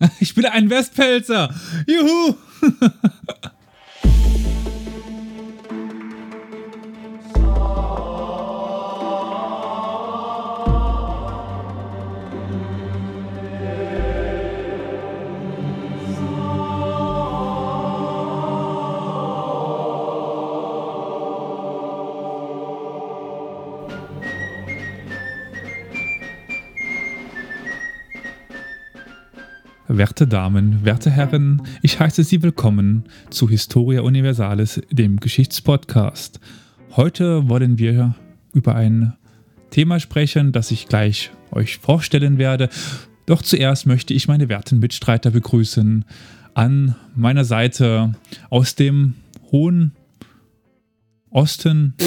Ich bin ein Westpelzer. Juhu. Werte Damen, werte Herren, ich heiße Sie willkommen zu Historia Universalis, dem Geschichtspodcast. Heute wollen wir über ein Thema sprechen, das ich gleich euch vorstellen werde. Doch zuerst möchte ich meine werten Mitstreiter begrüßen. An meiner Seite aus dem hohen Osten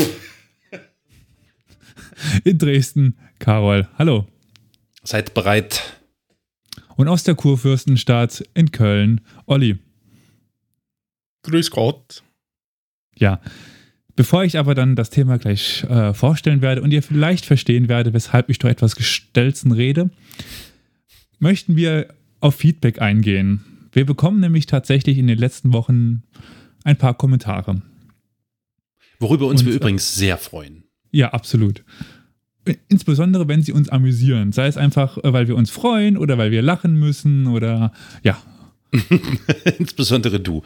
in Dresden, Carol. Hallo. Seid bereit. Und aus der Kurfürstenstadt in Köln, Olli. Grüß Gott. Ja, bevor ich aber dann das Thema gleich vorstellen werde und ihr vielleicht verstehen werdet, weshalb ich doch etwas Gestelzen rede, möchten wir auf Feedback eingehen. Wir bekommen nämlich tatsächlich in den letzten Wochen ein paar Kommentare. Worüber uns wir übrigens sehr freuen. Ja, absolut. Insbesondere, wenn sie uns amüsieren. Sei es einfach, weil wir uns freuen oder weil wir lachen müssen oder ja. Insbesondere du.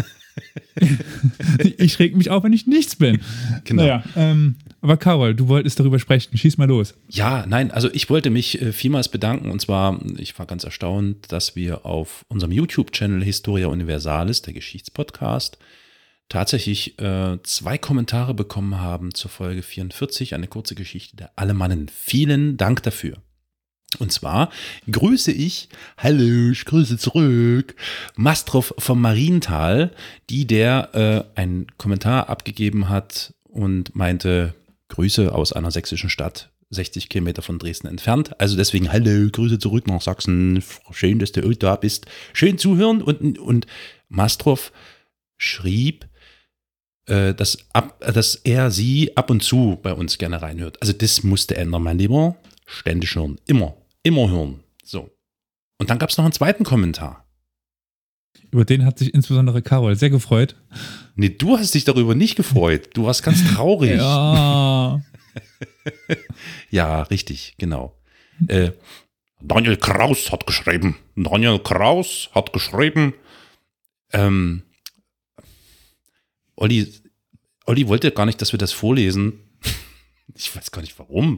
Ich reg mich auf, wenn ich nichts bin. Genau. Naja, aber Carol, du wolltest darüber sprechen. Schieß mal los. Ja, nein, also ich wollte mich vielmals bedanken und zwar, ich war ganz erstaunt, dass wir auf unserem YouTube-Channel Historia Universalis, der Geschichtspodcast, tatsächlich 2 Kommentare bekommen haben zur Folge 44, eine kurze Geschichte der Alemannen. Vielen Dank dafür. Und zwar grüße ich, hallo, ich grüße zurück, Mastrow vom Mariental, der einen Kommentar abgegeben hat und meinte, Grüße aus einer sächsischen Stadt, 60 Kilometer von Dresden entfernt. Also deswegen, hallo, Grüße zurück nach Sachsen, schön, dass du da bist, schön zuhören. Und Mastrow schrieb, dass er sie ab und zu bei uns gerne reinhört. Also das musste ändern, mein Lieber. Ständig hören. Immer hören. So. Und dann gab es noch einen zweiten Kommentar. Über den hat sich insbesondere Carol sehr gefreut. Nee, du hast dich darüber nicht gefreut. Du warst ganz traurig. Ja. Ja, richtig, genau. Daniel Kraus hat geschrieben. Olli wollte gar nicht, dass wir das vorlesen. Ich weiß gar nicht, warum.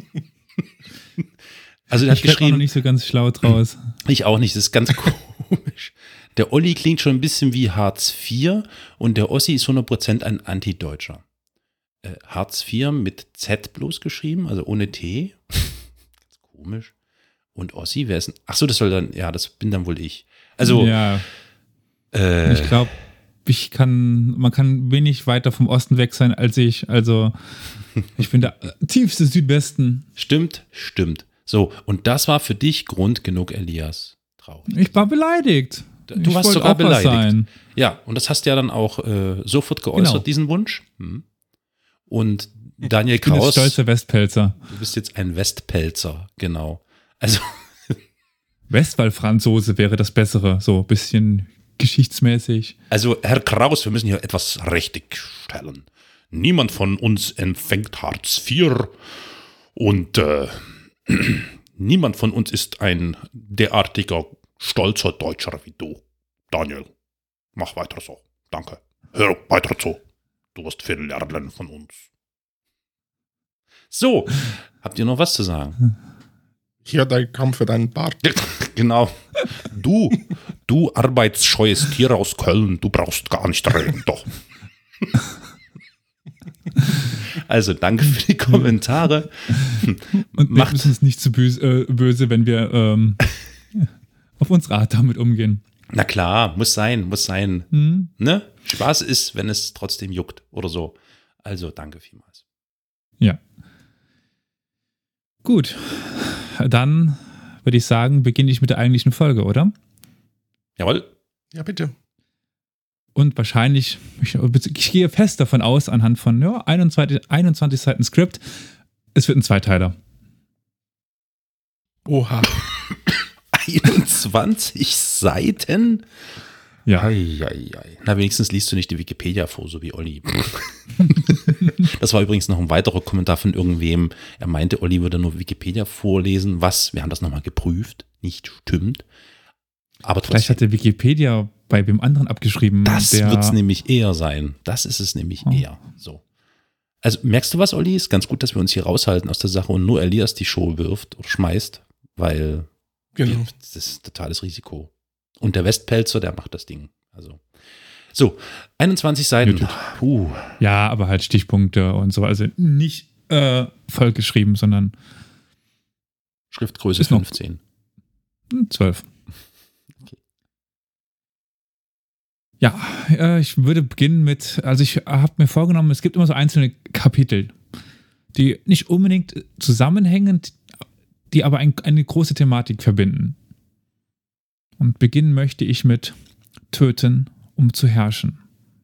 Also der hat geschrieben, auch noch nicht so ganz schlau draus. Ich auch nicht, das ist ganz komisch. Der Olli klingt schon ein bisschen wie Hartz IV und der Ossi ist 100% ein Antideutscher. Hartz IV mit Z bloß geschrieben, also ohne T. Ganz komisch. Und Ossi, wer ist denn? Achso, das soll dann, ja, das bin dann wohl ich. Also, ja. Ich glaube, man kann wenig weiter vom Osten weg sein als ich. Also, ich bin der tiefste Südwesten. Stimmt. So, und das war für dich Grund genug, Elias. Traurig. Ich war beleidigt. Du warst sogar beleidigt. Ja, und das hast du ja dann auch sofort geäußert, genau. Diesen Wunsch. Und Daniel Kraus. Ich bin ein stolzer Westpelzer. Du bist jetzt ein Westpelzer, genau. Also. Westwall-Franzose wäre das Bessere, so ein bisschen geschichtsmäßig. Also, Herr Kraus, wir müssen hier etwas richtigstellen. Niemand von uns empfängt Hartz IV und niemand von uns ist ein derartiger stolzer Deutscher wie du. Daniel, mach weiter so. Danke. Hör weiter zu. Du wirst viel lernen von uns. So, habt ihr noch was zu sagen? Hier dein Kampf für deinen Bart. Genau. Du arbeitsscheues Tier aus Köln, du brauchst gar nicht reden, doch. Also, danke für die Kommentare. Und wir müssen es nicht zu böse, wenn wir auf unsere Art damit umgehen. Na klar, muss sein. Ne? Spaß ist, wenn es trotzdem juckt oder so. Also, danke vielmals. Ja. Gut, dann würde ich sagen, beginne ich mit der eigentlichen Folge, oder? Jawohl. Ja, bitte. Und wahrscheinlich, ich gehe fest davon aus, anhand von 21 Seiten Skript, es wird ein Zweiteiler. Oha. 21 21 Seiten? Ja. Eieiei. Na, wenigstens liest du nicht die Wikipedia vor, so wie Olli. Das war übrigens noch ein weiterer Kommentar von irgendwem. Er meinte, Olli würde nur Wikipedia vorlesen, was, wir haben das nochmal geprüft, nicht stimmt. Aber trotzdem. Vielleicht hat der Wikipedia bei wem anderen abgeschrieben. Das wird es nämlich eher sein. Das ist es nämlich eher. So. Also merkst du was, Olli? Ist ganz gut, dass wir uns hier raushalten aus der Sache und nur Elias die Show wirft oder schmeißt, weil das ist totales Risiko. Und der Westpelzer, der macht das Ding. Also so, 21 Seiten. Ja, aber halt Stichpunkte und so. Also nicht voll geschrieben, sondern Schriftgröße 15. 12. Okay. Ja, ich würde beginnen mit, also ich habe mir vorgenommen, es gibt immer so einzelne Kapitel, die nicht unbedingt zusammenhängend, die aber eine große Thematik verbinden. Und beginnen möchte ich mit Töten, um zu herrschen.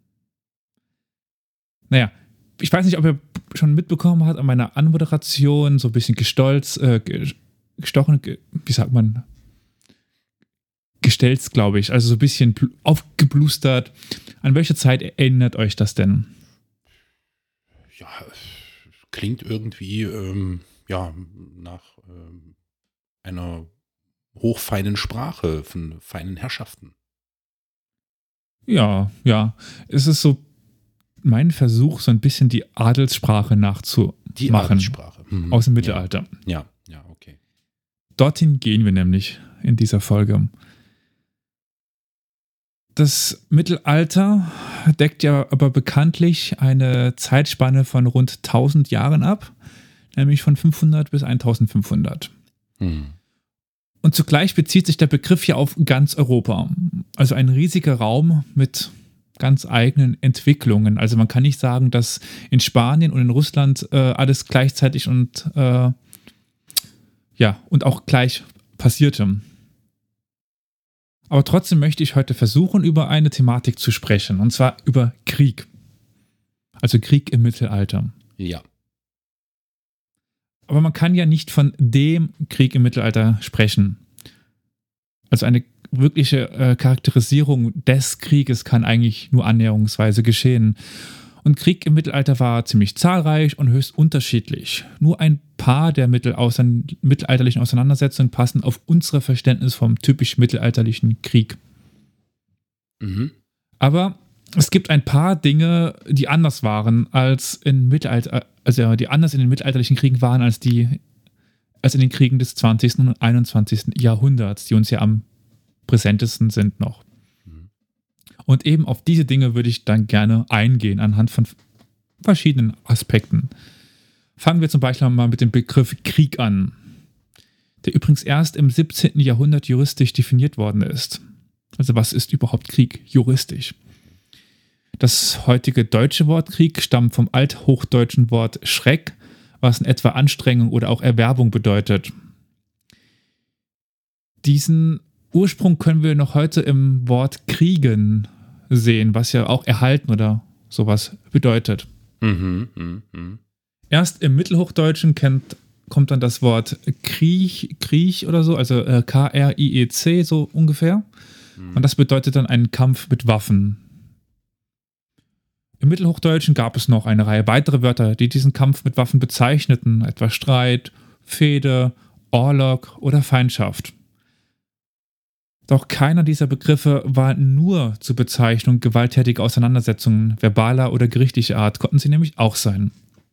Naja, ich weiß nicht, ob ihr schon mitbekommen habt an meiner Anmoderation, so ein bisschen gestochen, wie sagt man, gestelzt, glaube ich, also so ein bisschen aufgeblustert. An welche Zeit erinnert euch das denn? Ja, klingt irgendwie nach einer hochfeinen Sprache von feinen Herrschaften. Ja. Es ist so mein Versuch, so ein bisschen die Adelssprache nachzumachen. Die Adelssprache. Aus dem Mittelalter. Ja, okay. Dorthin gehen wir nämlich in dieser Folge. Das Mittelalter deckt ja aber bekanntlich eine Zeitspanne von rund 1000 Jahren ab, nämlich von 500 bis 1500. Und zugleich bezieht sich der Begriff ja auf ganz Europa. Also ein riesiger Raum mit ganz eigenen Entwicklungen. Also man kann nicht sagen, dass in Spanien und in Russland alles gleichzeitig und auch gleich passierte. Aber trotzdem möchte ich heute versuchen, über eine Thematik zu sprechen, und zwar über Krieg. Also Krieg im Mittelalter. Ja. Aber man kann ja nicht von dem Krieg im Mittelalter sprechen. Also eine wirkliche Charakterisierung des Krieges kann eigentlich nur annäherungsweise geschehen. Und Krieg im Mittelalter war ziemlich zahlreich und höchst unterschiedlich. Nur ein paar der mittelalterlichen Auseinandersetzungen passen auf unser Verständnis vom typisch mittelalterlichen Krieg. Aber es gibt ein paar Dinge, die anders waren als in Mittelalter, also die anders in den mittelalterlichen Kriegen waren als in den Kriegen des 20. und 21. Jahrhunderts, die uns ja am präsentesten sind noch. Und eben auf diese Dinge würde ich dann gerne eingehen, anhand von verschiedenen Aspekten. Fangen wir zum Beispiel mal mit dem Begriff Krieg an, der übrigens erst im 17. Jahrhundert juristisch definiert worden ist. Also was ist überhaupt Krieg juristisch? Das heutige deutsche Wort Krieg stammt vom althochdeutschen Wort Schreck, was in etwa Anstrengung oder auch Erwerbung bedeutet. Diesen Ursprung können wir noch heute im Wort kriegen sehen, was ja auch erhalten oder sowas bedeutet. Erst im Mittelhochdeutschen kommt dann das Wort Krieg oder so, also K-R-I-E-C so ungefähr. Und das bedeutet dann einen Kampf mit Waffen. Im Mittelhochdeutschen gab es noch eine Reihe weitere Wörter, die diesen Kampf mit Waffen bezeichneten, etwa Streit, Fehde, Orlog oder Feindschaft. Doch keiner dieser Begriffe war nur zur Bezeichnung gewalttätiger Auseinandersetzungen verbaler oder gerichtlicher Art, konnten sie nämlich auch sein.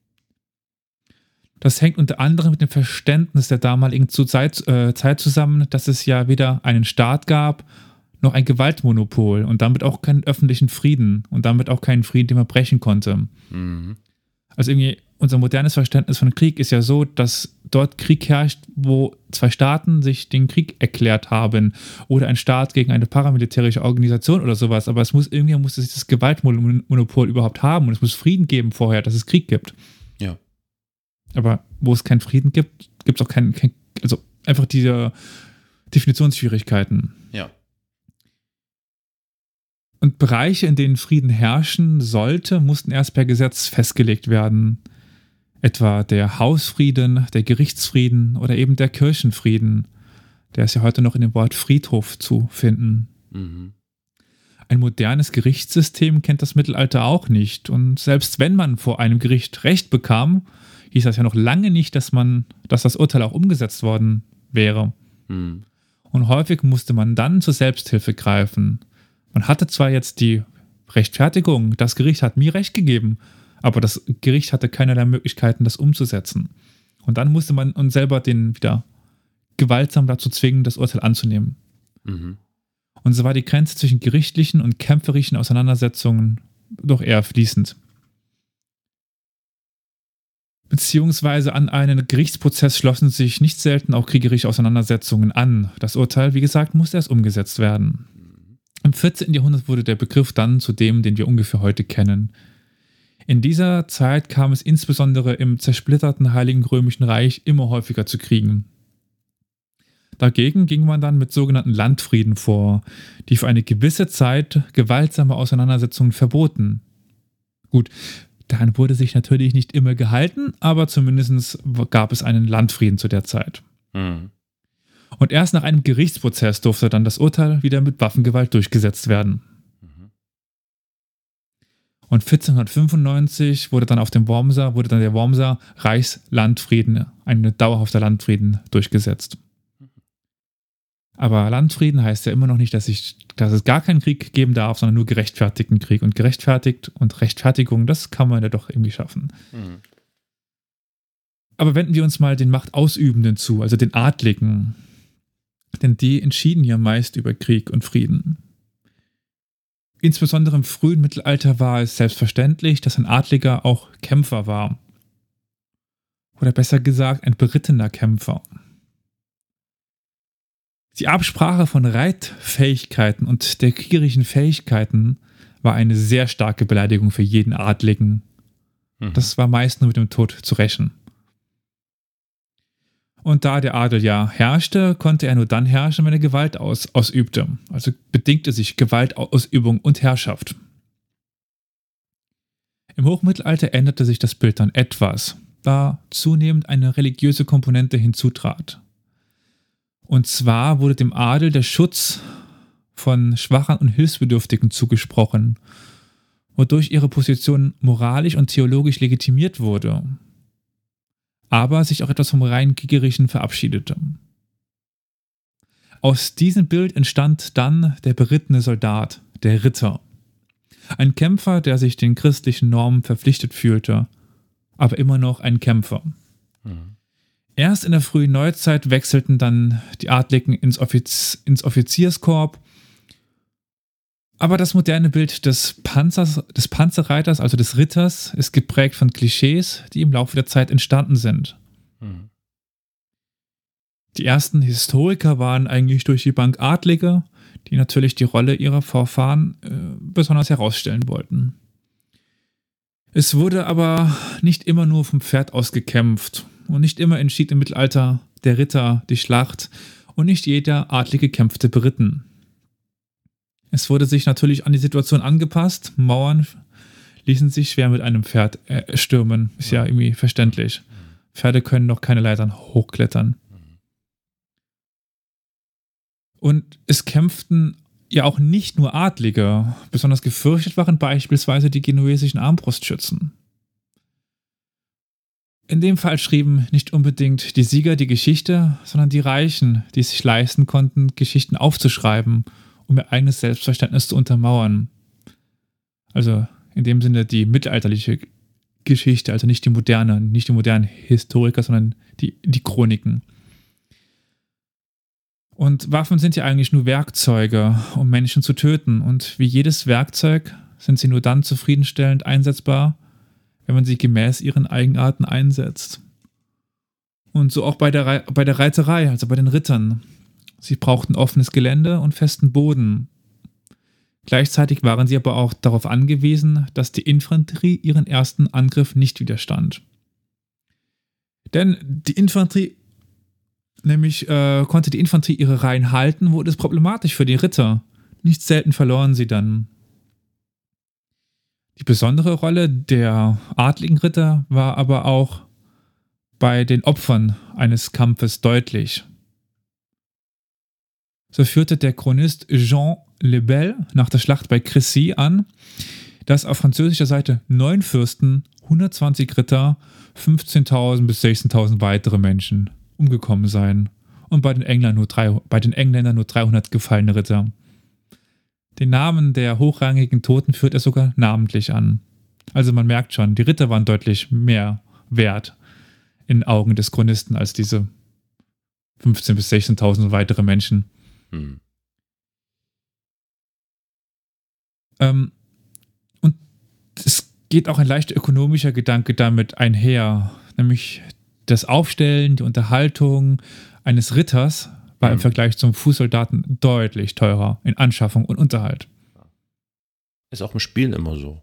Das hängt unter anderem mit dem Verständnis der damaligen Zeit zusammen, dass es ja weder einen Staat gab, noch ein Gewaltmonopol und damit auch keinen öffentlichen Frieden und damit auch keinen Frieden, den man brechen konnte. Also irgendwie unser modernes Verständnis von Krieg ist ja so, dass dort Krieg herrscht, wo zwei Staaten sich den Krieg erklärt haben oder ein Staat gegen eine paramilitärische Organisation oder sowas, aber irgendwie muss es das Gewaltmonopol überhaupt haben und es muss Frieden geben vorher, dass es Krieg gibt. Ja. Aber wo es keinen Frieden gibt, gibt es auch also einfach diese Definitionsschwierigkeiten. Ja. Und Bereiche, in denen Frieden herrschen sollte, mussten erst per Gesetz festgelegt werden. Etwa der Hausfrieden, der Gerichtsfrieden oder eben der Kirchenfrieden. Der ist ja heute noch in dem Wort Friedhof zu finden. Mhm. Ein modernes Gerichtssystem kennt das Mittelalter auch nicht. Und selbst wenn man vor einem Gericht Recht bekam, hieß das ja noch lange nicht, dass das Urteil auch umgesetzt worden wäre. Mhm. Und häufig musste man dann zur Selbsthilfe greifen. Man hatte zwar jetzt die Rechtfertigung, das Gericht hat mir Recht gegeben, aber das Gericht hatte keinerlei Möglichkeiten, das umzusetzen. Und dann musste man uns selber den wieder gewaltsam dazu zwingen, das Urteil anzunehmen. Mhm. Und so war die Grenze zwischen gerichtlichen und kämpferischen Auseinandersetzungen doch eher fließend. Beziehungsweise an einen Gerichtsprozess schlossen sich nicht selten auch kriegerische Auseinandersetzungen an. Das Urteil, wie gesagt, musste erst umgesetzt werden. Im 14. Jahrhundert wurde der Begriff dann zu dem, den wir ungefähr heute kennen. In dieser Zeit kam es insbesondere im zersplitterten Heiligen Römischen Reich immer häufiger zu Kriegen. Dagegen ging man dann mit sogenannten Landfrieden vor, die für eine gewisse Zeit gewaltsame Auseinandersetzungen verboten. Gut, daran wurde sich natürlich nicht immer gehalten, aber zumindest gab es einen Landfrieden zu der Zeit. Mhm. Und erst nach einem Gerichtsprozess durfte dann das Urteil wieder mit Waffengewalt durchgesetzt werden. Und 1495 wurde dann der Wormser Reichslandfrieden, ein dauerhafter Landfrieden, durchgesetzt. Aber Landfrieden heißt ja immer noch nicht, dass es gar keinen Krieg geben darf, sondern nur gerechtfertigten Krieg. Und gerechtfertigt und Rechtfertigung, das kann man ja doch irgendwie schaffen. Mhm. Aber wenden wir uns mal den Machtausübenden zu, also den Adligen. Denn die entschieden ja meist über Krieg und Frieden. Insbesondere im frühen Mittelalter war es selbstverständlich, dass ein Adliger auch Kämpfer war. Oder besser gesagt, ein berittener Kämpfer. Die Absprache von Reitfähigkeiten und der kriegerischen Fähigkeiten war eine sehr starke Beleidigung für jeden Adligen. Mhm. Das war meist nur mit dem Tod zu rächen. Und da der Adel ja herrschte, konnte er nur dann herrschen, wenn er Gewalt ausübte. Also bedingte sich Gewaltausübung und Herrschaft. Im Hochmittelalter änderte sich das Bild dann etwas, da zunehmend eine religiöse Komponente hinzutrat. Und zwar wurde dem Adel der Schutz von Schwachen und Hilfsbedürftigen zugesprochen, wodurch ihre Position moralisch und theologisch legitimiert wurde, aber sich auch etwas vom rein kriegerischen verabschiedete. Aus diesem Bild entstand dann der berittene Soldat, der Ritter. Ein Kämpfer, der sich den christlichen Normen verpflichtet fühlte, aber immer noch ein Kämpfer. Mhm. Erst in der frühen Neuzeit wechselten dann die Adligen ins Offizierskorps. Aber das moderne Bild des Panzerreiters, also des Ritters, ist geprägt von Klischees, die im Laufe der Zeit entstanden sind. Mhm. Die ersten Historiker waren eigentlich durch die Bank Adlige, die natürlich die Rolle ihrer Vorfahren besonders herausstellen wollten. Es wurde aber nicht immer nur vom Pferd aus gekämpft. Und nicht immer entschied im Mittelalter der Ritter die Schlacht und nicht jeder Adlige kämpfte beritten. Es wurde sich natürlich an die Situation angepasst. Mauern ließen sich schwer mit einem Pferd stürmen. Ist ja irgendwie verständlich. Pferde können noch keine Leitern hochklettern. Und es kämpften ja auch nicht nur Adlige. Besonders gefürchtet waren beispielsweise die genuesischen Armbrustschützen. In dem Fall schrieben nicht unbedingt die Sieger die Geschichte, sondern die Reichen, die es sich leisten konnten, Geschichten aufzuschreiben, um ihr eigenes Selbstverständnis zu untermauern. Also in dem Sinne die mittelalterliche Geschichte, also nicht die modernen Historiker, sondern die Chroniken. Und Waffen sind ja eigentlich nur Werkzeuge, um Menschen zu töten. Und wie jedes Werkzeug sind sie nur dann zufriedenstellend einsetzbar, wenn man sie gemäß ihren Eigenarten einsetzt. Und so auch bei der Reiterei, also bei den Rittern. Sie brauchten offenes Gelände und festen Boden. Gleichzeitig waren sie aber auch darauf angewiesen, dass die Infanterie ihren ersten Angriff nicht widerstand. Denn die Infanterie, konnte die Infanterie ihre Reihen halten, wurde es problematisch für die Ritter. Nicht selten verloren sie dann. Die besondere Rolle der adligen Ritter war aber auch bei den Opfern eines Kampfes deutlich. so führte der Chronist Jean Lebel nach der Schlacht bei Crécy an, dass auf französischer Seite 9 Fürsten, 120 Ritter, 15.000 bis 16.000 weitere Menschen umgekommen seien und bei den Engländern nur 300 gefallene Ritter. Den Namen der hochrangigen Toten führt er sogar namentlich an. Also man merkt schon, die Ritter waren deutlich mehr wert in Augen des Chronisten als diese 15.000 bis 16.000 weitere Menschen. Und es geht auch ein leicht ökonomischer Gedanke damit einher, nämlich das Aufstellen, die Unterhaltung eines Ritters war im Vergleich zum Fußsoldaten deutlich teurer in Anschaffung und Unterhalt. Ist auch im Spiel immer so.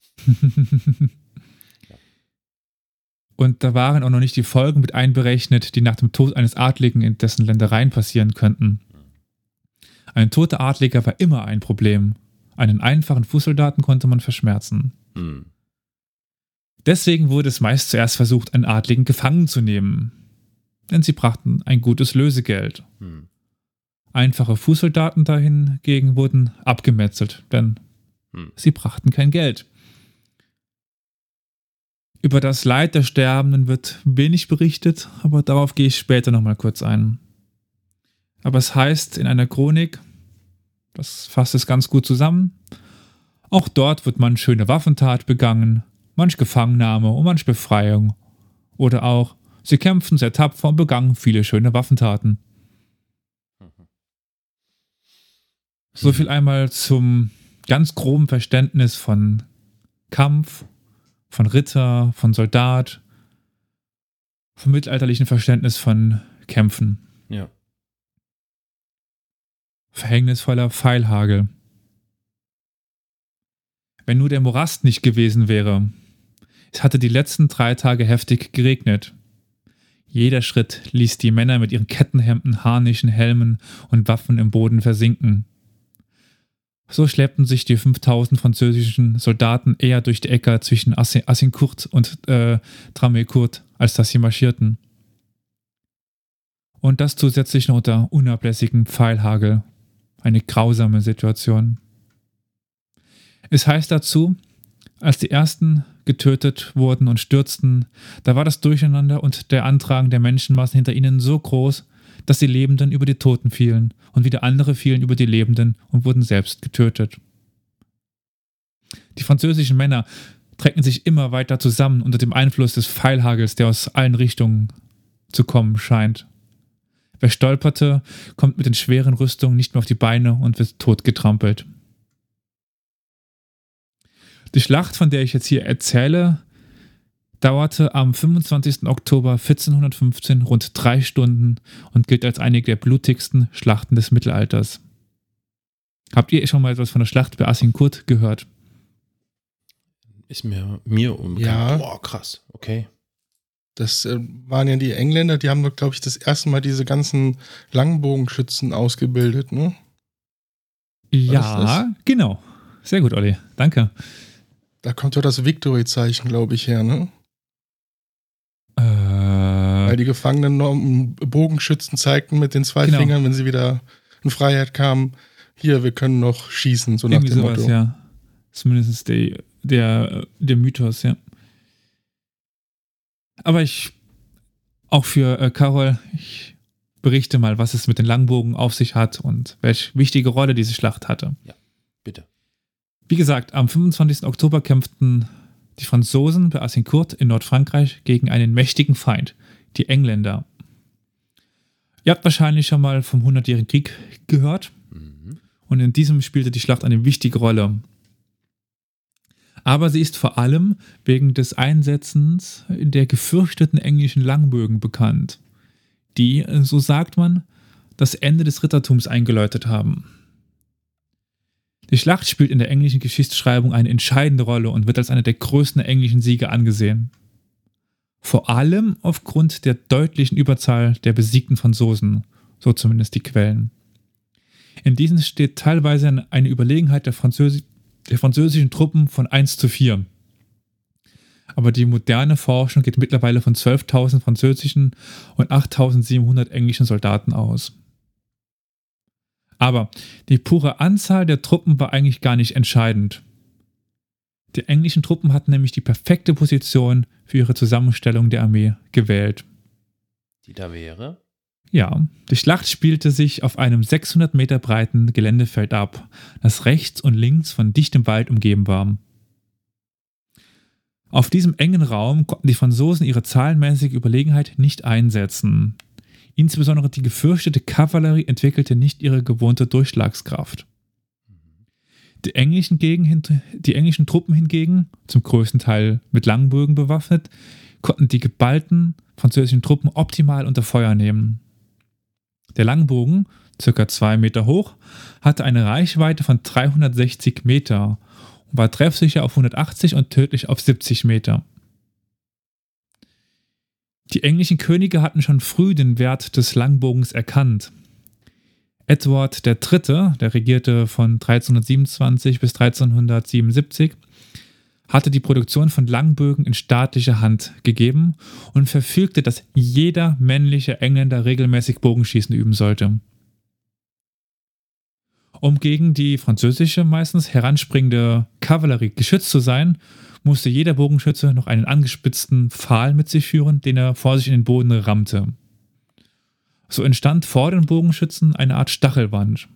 Und da waren auch noch nicht die Folgen mit einberechnet, die nach dem Tod eines Adligen in dessen Ländereien passieren könnten. Ein toter Adliger war immer ein Problem. Einen einfachen Fußsoldaten konnte man verschmerzen. Deswegen wurde es meist zuerst versucht, einen Adligen gefangen zu nehmen. Denn sie brachten ein gutes Lösegeld. Einfache Fußsoldaten dahingegen wurden abgemetzelt, denn sie brachten kein Geld. Über das Leid der Sterbenden wird wenig berichtet, aber darauf gehe ich später nochmal kurz ein. Aber es heißt in einer Chronik, das fasst es ganz gut zusammen, auch dort wird manch schöne Waffentat begangen, manch Gefangennahme und manch Befreiung. Oder auch, sie kämpften sehr tapfer und begangen viele schöne Waffentaten. So viel einmal zum ganz groben Verständnis von Kampf, von Ritter, von Soldat, vom mittelalterlichen Verständnis von Kämpfen. Ja. Verhängnisvoller Pfeilhagel. Wenn nur der Morast nicht gewesen wäre. Es hatte die letzten 3 Tage heftig geregnet. Jeder Schritt ließ die Männer mit ihren Kettenhemden, Harnischen, Helmen und Waffen im Boden versinken. So schleppten sich die 5000 französischen Soldaten eher durch die Äcker zwischen Azincourt und Tramecourt, als dass sie marschierten. Und das zusätzlich noch unter unablässigem Pfeilhagel. Eine grausame Situation. Es heißt dazu, als die ersten getötet wurden und stürzten, da war das Durcheinander und der Antragen der Menschenmassen hinter ihnen so groß, dass die Lebenden über die Toten fielen und wieder andere fielen über die Lebenden und wurden selbst getötet. Die französischen Männer drängten sich immer weiter zusammen unter dem Einfluss des Pfeilhagels, der aus allen Richtungen zu kommen scheint. Wer stolperte, kommt mit den schweren Rüstungen nicht mehr auf die Beine und wird totgetrampelt. Die Schlacht, von der ich jetzt hier erzähle, dauerte am 25. Oktober 1415 rund 3 Stunden und gilt als eine der blutigsten Schlachten des Mittelalters. Habt ihr schon mal etwas von der Schlacht bei Azincourt gehört? Ist mir unbekannt. Ja. Boah, krass. Okay. Das waren ja die Engländer, die haben, glaube ich, das erste Mal diese ganzen Langbogenschützen ausgebildet, ne? Ja, genau. Sehr gut, Olli. Danke. Da kommt doch das Victory-Zeichen, glaube ich, her, ne? Weil die Gefangenen noch einen Bogenschützen zeigten mit den 2 Fingern, wenn sie wieder in Freiheit kamen. Hier, wir können noch schießen, so nach dem sowas, Motto. Ja. Zumindest der Mythos, ja. Aber auch für Carol, ich berichte mal, was es mit den Langbogen auf sich hat und welche wichtige Rolle diese Schlacht hatte. Ja, bitte. Wie gesagt, am 25. Oktober kämpften die Franzosen bei Azincourt in Nordfrankreich gegen einen mächtigen Feind, die Engländer. Ihr habt wahrscheinlich schon mal vom 100-jährigen Krieg gehört. Und in diesem spielte die Schlacht eine wichtige Rolle. Aber sie ist vor allem wegen des Einsetzens der gefürchteten englischen Langbögen bekannt, die, so sagt man, das Ende des Rittertums eingeläutet haben. Die Schlacht spielt in der englischen Geschichtsschreibung eine entscheidende Rolle und wird als einer der größten englischen Siege angesehen. Vor allem aufgrund der deutlichen Überzahl der besiegten Franzosen, so zumindest die Quellen. In diesen steht teilweise eine Überlegenheit der französischen Truppen von 1:4. Aber die moderne Forschung geht mittlerweile von 12.000 französischen und 8.700 englischen Soldaten aus. Aber die pure Anzahl der Truppen war eigentlich gar nicht entscheidend. Die englischen Truppen hatten nämlich die perfekte Position für ihre Zusammenstellung der Armee gewählt. Die da wäre? Ja, die Schlacht spielte sich auf einem 600 Meter breiten Geländefeld ab, das rechts und links von dichtem Wald umgeben war. Auf diesem engen Raum konnten die Franzosen ihre zahlenmäßige Überlegenheit nicht einsetzen. Insbesondere die gefürchtete Kavallerie entwickelte nicht ihre gewohnte Durchschlagskraft. Die englischen Truppen hingegen, zum größten Teil mit Langbögen bewaffnet, konnten die geballten französischen Truppen optimal unter Feuer nehmen. Der Langbogen, ca. 2 Meter hoch, hatte eine Reichweite von 360 Meter und war treffsicher auf 180 und tödlich auf 70 Meter. Die englischen Könige hatten schon früh den Wert des Langbogens erkannt. Edward III., der regierte von 1327 bis 1377, hatte die Produktion von Langbögen in staatliche Hand gegeben und verfügte, dass jeder männliche Engländer regelmäßig Bogenschießen üben sollte. Um gegen die französische, meistens heranspringende Kavallerie geschützt zu sein, musste jeder Bogenschütze noch einen angespitzten Pfahl mit sich führen, den er vor sich in den Boden rammte. So entstand vor den Bogenschützen eine Art Stachelwand.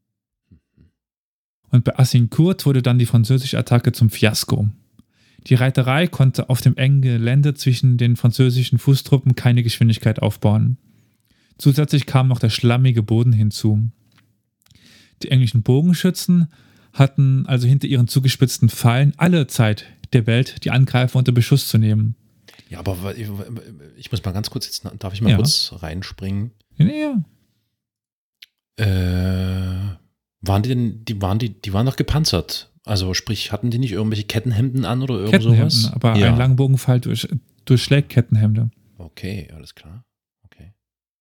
Und bei Azincourt wurde dann die französische Attacke zum Fiasko. Die Reiterei konnte auf dem engen Gelände zwischen den französischen Fußtruppen keine Geschwindigkeit aufbauen. Zusätzlich kam noch der schlammige Boden hinzu. Die englischen Bogenschützen hatten also hinter ihren zugespitzten Pfeilen alle Zeit der Welt, die Angreifer unter Beschuss zu nehmen. Ja, aber ich muss mal ganz kurz, jetzt darf ich mal kurz reinspringen? Ja. Die waren doch gepanzert. Also sprich, hatten die nicht irgendwelche Kettenhemden an oder irgend sowas? Aber ein Langbogenpfeil durchschlägt Kettenhemde. Okay, alles klar. Okay.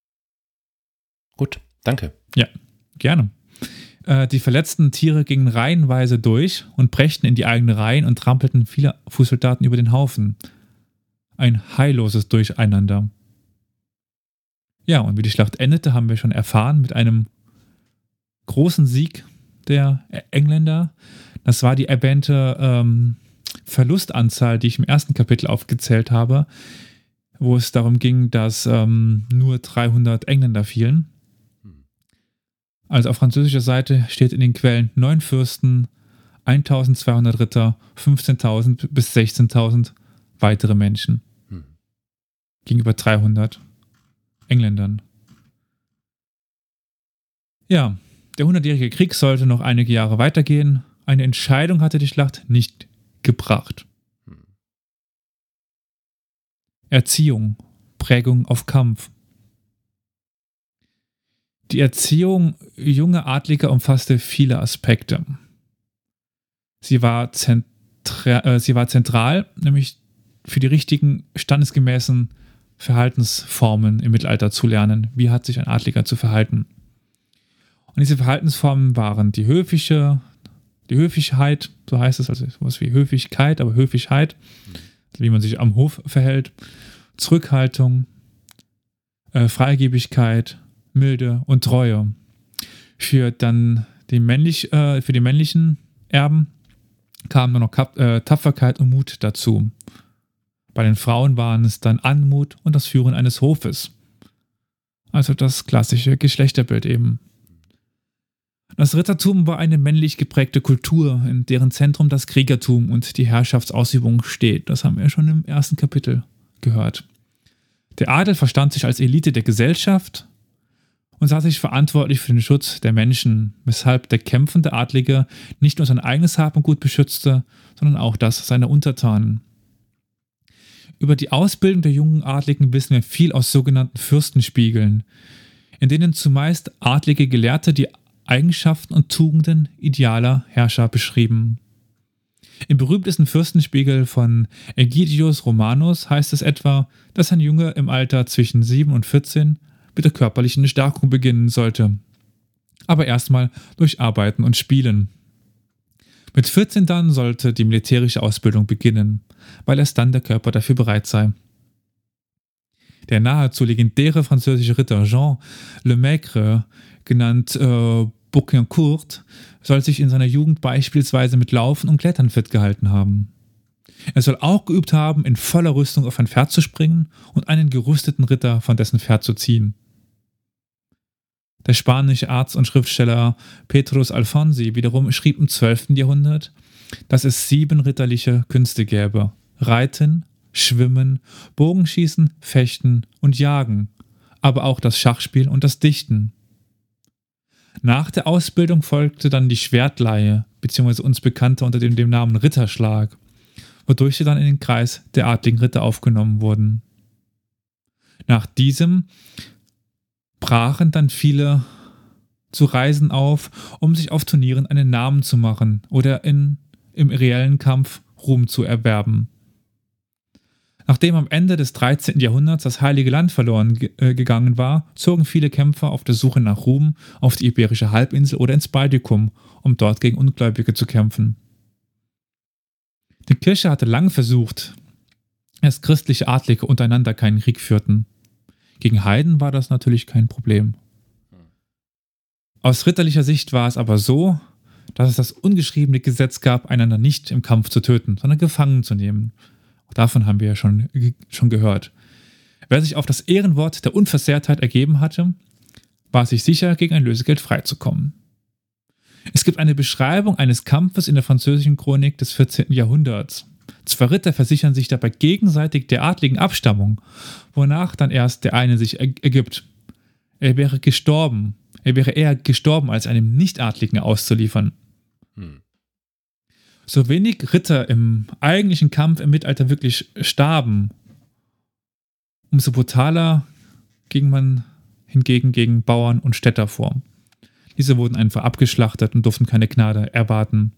Gut, danke. Ja, gerne. Die verletzten Tiere gingen reihenweise durch und brächten in die eigenen Reihen und trampelten viele Fußsoldaten über den Haufen. Ein heilloses Durcheinander. Ja, und wie die Schlacht endete, haben wir schon erfahren mit einem großen Sieg der Engländer. Das war die erwähnte Verlustanzahl, die ich im ersten Kapitel aufgezählt habe, wo es darum ging, dass nur 300 Engländer fielen. Also auf französischer Seite steht in den Quellen 9 Fürsten, 1200 Ritter, 15.000 bis 16.000 weitere Menschen. Gegenüber 300 Engländern. Ja, der 100-jährige Krieg sollte noch einige Jahre weitergehen. Eine Entscheidung hatte die Schlacht nicht gebracht. Erziehung, Prägung auf Kampf. Die Erziehung junger Adliger umfasste viele Aspekte. Sie war zentral, nämlich für die richtigen, standesgemäßen Verhaltensformen im Mittelalter zu lernen. Wie hat sich ein Adliger zu verhalten? Und diese Verhaltensformen waren die Höflichkeit, so heißt es, also sowas wie Höflichkeit, aber Höflichkeit, wie man sich am Hof verhält, Zurückhaltung, Freigebigkeit, Milde und Treue. Für die männlichen Erben kamen nur noch Tapferkeit und Mut dazu. Bei den Frauen waren es dann Anmut und das Führen eines Hofes. Also das klassische Geschlechterbild eben. Das Rittertum war eine männlich geprägte Kultur, in deren Zentrum das Kriegertum und die Herrschaftsausübung steht. Das haben wir schon im ersten Kapitel gehört. Der Adel verstand sich als Elite der Gesellschaft und sah sich verantwortlich für den Schutz der Menschen, weshalb der kämpfende Adlige nicht nur sein eigenes Hab und Gut beschützte, sondern auch das seiner Untertanen. Über die Ausbildung der jungen Adligen wissen wir viel aus sogenannten Fürstenspiegeln, in denen zumeist adlige Gelehrte die Eigenschaften und Tugenden idealer Herrscher beschrieben. Im berühmtesten Fürstenspiegel von Aegidius Romanus heißt es etwa, dass ein Junge im Alter zwischen 7 und 14 mit der körperlichen Stärkung beginnen sollte. Aber erstmal durch Arbeiten und Spielen. Mit 14 dann sollte die militärische Ausbildung beginnen, weil erst dann der Körper dafür bereit sei. Der nahezu legendäre französische Ritter Jean Le Maigre, genannt Bouquincourt soll sich in seiner Jugend beispielsweise mit Laufen und Klettern fit gehalten haben. Er soll auch geübt haben, in voller Rüstung auf ein Pferd zu springen und einen gerüsteten Ritter von dessen Pferd zu ziehen. Der spanische Arzt und Schriftsteller Petrus Alfonsi wiederum schrieb im 12. Jahrhundert, dass es 7 ritterliche Künste gäbe: Reiten, Schwimmen, Bogenschießen, Fechten und Jagen, aber auch das Schachspiel und das Dichten. Nach der Ausbildung folgte dann die Schwertleihe, beziehungsweise uns bekannter unter dem Namen Ritterschlag, wodurch sie dann in den Kreis der adligen Ritter aufgenommen wurden. Nach diesem brachen dann viele zu Reisen auf, um sich auf Turnieren einen Namen zu machen oder im reellen Kampf Ruhm zu erwerben. Nachdem am Ende des 13. Jahrhunderts das Heilige Land verloren gegangen war, zogen viele Kämpfer auf der Suche nach Ruhm auf die Iberische Halbinsel oder ins Baltikum, um dort gegen Ungläubige zu kämpfen. Die Kirche hatte lange versucht, dass christliche Adlige untereinander keinen Krieg führten. Gegen Heiden war das natürlich kein Problem. Aus ritterlicher Sicht war es aber so, dass es das ungeschriebene Gesetz gab, einander nicht im Kampf zu töten, sondern gefangen zu nehmen. Auch davon haben wir ja schon gehört. Wer sich auf das Ehrenwort der Unversehrtheit ergeben hatte, war sich sicher, gegen ein Lösegeld freizukommen. Es gibt eine Beschreibung eines Kampfes in der französischen Chronik des 14. Jahrhunderts. 2 Ritter versichern sich dabei gegenseitig der adligen Abstammung, wonach dann erst der eine sich ergibt. Er wäre eher gestorben, als einem Nicht-Adligen auszuliefern. So wenig Ritter im eigentlichen Kampf im Mittelalter wirklich starben, umso brutaler ging man hingegen gegen Bauern und Städter vor. Diese wurden einfach abgeschlachtet und durften keine Gnade erwarten.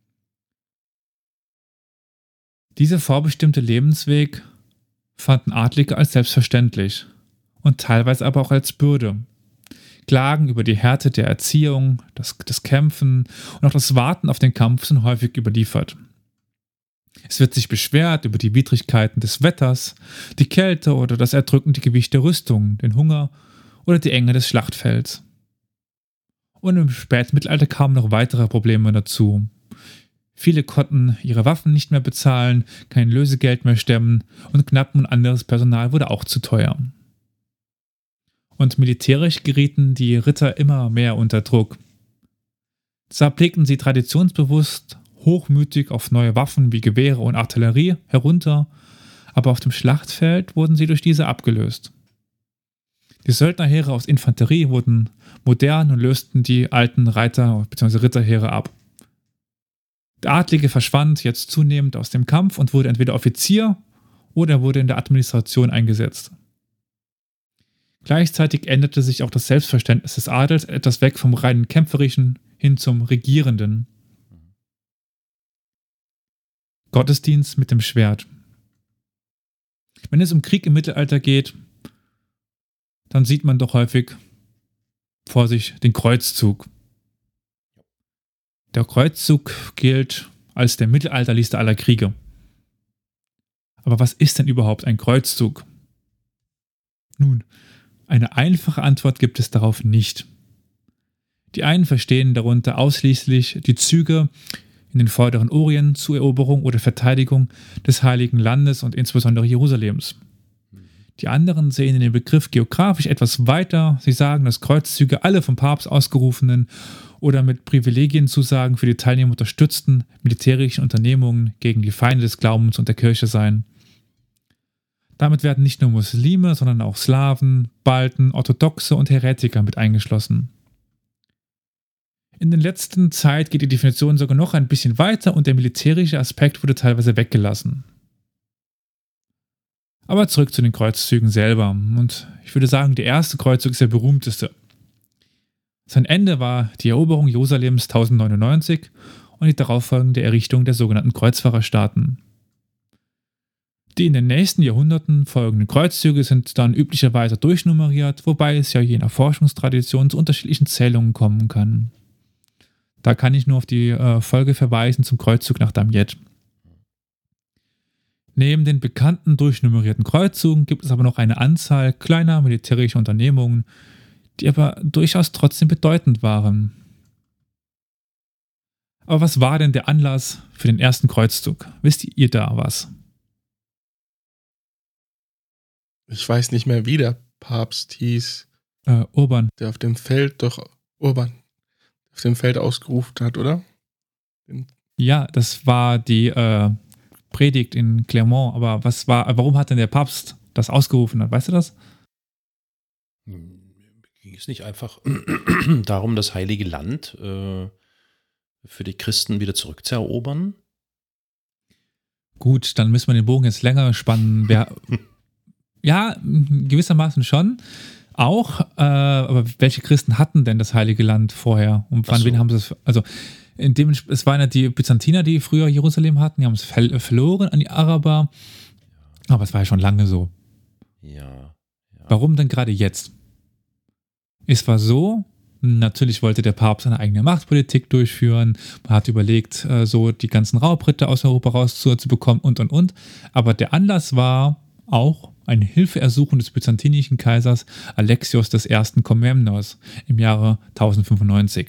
Dieser vorbestimmte Lebensweg fanden Adlige als selbstverständlich und teilweise aber auch als Bürde. Klagen über die Härte der Erziehung, das Kämpfen und auch das Warten auf den Kampf sind häufig überliefert. Es wird sich beschwert über die Widrigkeiten des Wetters, die Kälte oder das erdrückende Gewicht der Rüstung, den Hunger oder die Enge des Schlachtfelds. Und im Spätmittelalter kamen noch weitere Probleme dazu. Viele konnten ihre Waffen nicht mehr bezahlen, kein Lösegeld mehr stemmen und Knappen und anderes Personal wurde auch zu teuer. Und militärisch gerieten die Ritter immer mehr unter Druck. Zwar blickten sie traditionsbewusst, hochmütig auf neue Waffen wie Gewehre und Artillerie herunter, aber auf dem Schlachtfeld wurden sie durch diese abgelöst. Die Söldnerheere aus Infanterie wurden modern und lösten die alten Reiter- bzw. Ritterheere ab. Der Adlige verschwand jetzt zunehmend aus dem Kampf und wurde entweder Offizier oder wurde in der Administration eingesetzt. Gleichzeitig änderte sich auch das Selbstverständnis des Adels etwas weg vom reinen Kämpferischen hin zum Regierenden. Gottesdienst mit dem Schwert. Wenn es um Krieg im Mittelalter geht, dann sieht man doch häufig vor sich den Kreuzzug. Der Kreuzzug gilt als der mittelalterlichste aller Kriege. Aber was ist denn überhaupt ein Kreuzzug? Nun, eine einfache Antwort gibt es darauf nicht. Die einen verstehen darunter ausschließlich die Züge in den vorderen Orient zur Eroberung oder Verteidigung des Heiligen Landes und insbesondere Jerusalems. Die anderen sehen in den Begriff geografisch etwas weiter. Sie sagen, dass Kreuzzüge alle vom Papst ausgerufenen oder mit Privilegienzusagen für die Teilnehmer unterstützten militärischen Unternehmungen gegen die Feinde des Glaubens und der Kirche seien. Damit werden nicht nur Muslime, sondern auch Slawen, Balten, Orthodoxe und Heretiker mit eingeschlossen. In der letzten Zeit geht die Definition sogar noch ein bisschen weiter und der militärische Aspekt wurde teilweise weggelassen. Aber zurück zu den Kreuzzügen selber. Und ich würde sagen, der erste Kreuzzug ist der berühmteste. Sein Ende war die Eroberung Jerusalems 1099 und die darauffolgende Errichtung der sogenannten Kreuzfahrerstaaten. Die in den nächsten Jahrhunderten folgenden Kreuzzüge sind dann üblicherweise durchnummeriert, wobei es ja je nach Forschungstradition zu unterschiedlichen Zählungen kommen kann. Da kann ich nur auf die Folge verweisen zum Kreuzzug nach Damiette. Neben den bekannten durchnummerierten Kreuzzügen gibt es aber noch eine Anzahl kleiner militärischer Unternehmungen, die aber durchaus trotzdem bedeutend waren. Aber was war denn der Anlass für den ersten Kreuzzug? Wisst ihr da was? Ich weiß nicht mehr, wie der Papst hieß. Urban. Der auf dem Feld Urban auf dem Feld ausgerufen hat, oder? Ja, das war die Predigt in Clermont. Aber warum hat denn der Papst das ausgerufen? Weißt du das? Ging es nicht einfach darum, das Heilige Land für die Christen wieder zurückzuerobern? Gut, dann müssen wir den Bogen jetzt länger spannen. Ja, gewissermaßen schon. Auch, aber welche Christen hatten denn das Heilige Land vorher? Und von wen haben sie es? Also, es waren ja die Byzantiner, die früher Jerusalem hatten, die haben es verloren an die Araber. Aber es war ja schon lange so. Ja. Warum denn gerade jetzt? Es war so, natürlich wollte der Papst seine eigene Machtpolitik durchführen. Man hat überlegt, so die ganzen Raubritter aus Europa rauszubekommen und. Aber der Anlass war auch ein Hilfeersuchen des byzantinischen Kaisers Alexios I. Komnenos im Jahre 1095.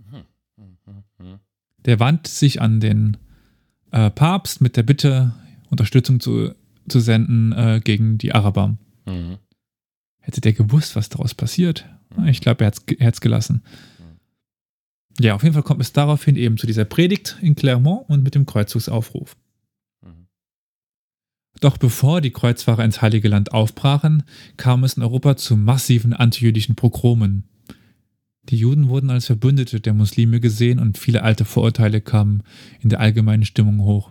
Der wandte sich an den Papst mit der Bitte, Unterstützung zu senden gegen die Araber. Mhm. Hätte der gewusst, was daraus passiert? Ich glaube, er hat es gelassen. Ja, auf jeden Fall kommt es daraufhin eben zu dieser Predigt in Clermont und mit dem Kreuzzugsaufruf. Doch bevor die Kreuzfahrer ins Heilige Land aufbrachen, kam es in Europa zu massiven antijüdischen Pogromen. Die Juden wurden als Verbündete der Muslime gesehen und viele alte Vorurteile kamen in der allgemeinen Stimmung hoch.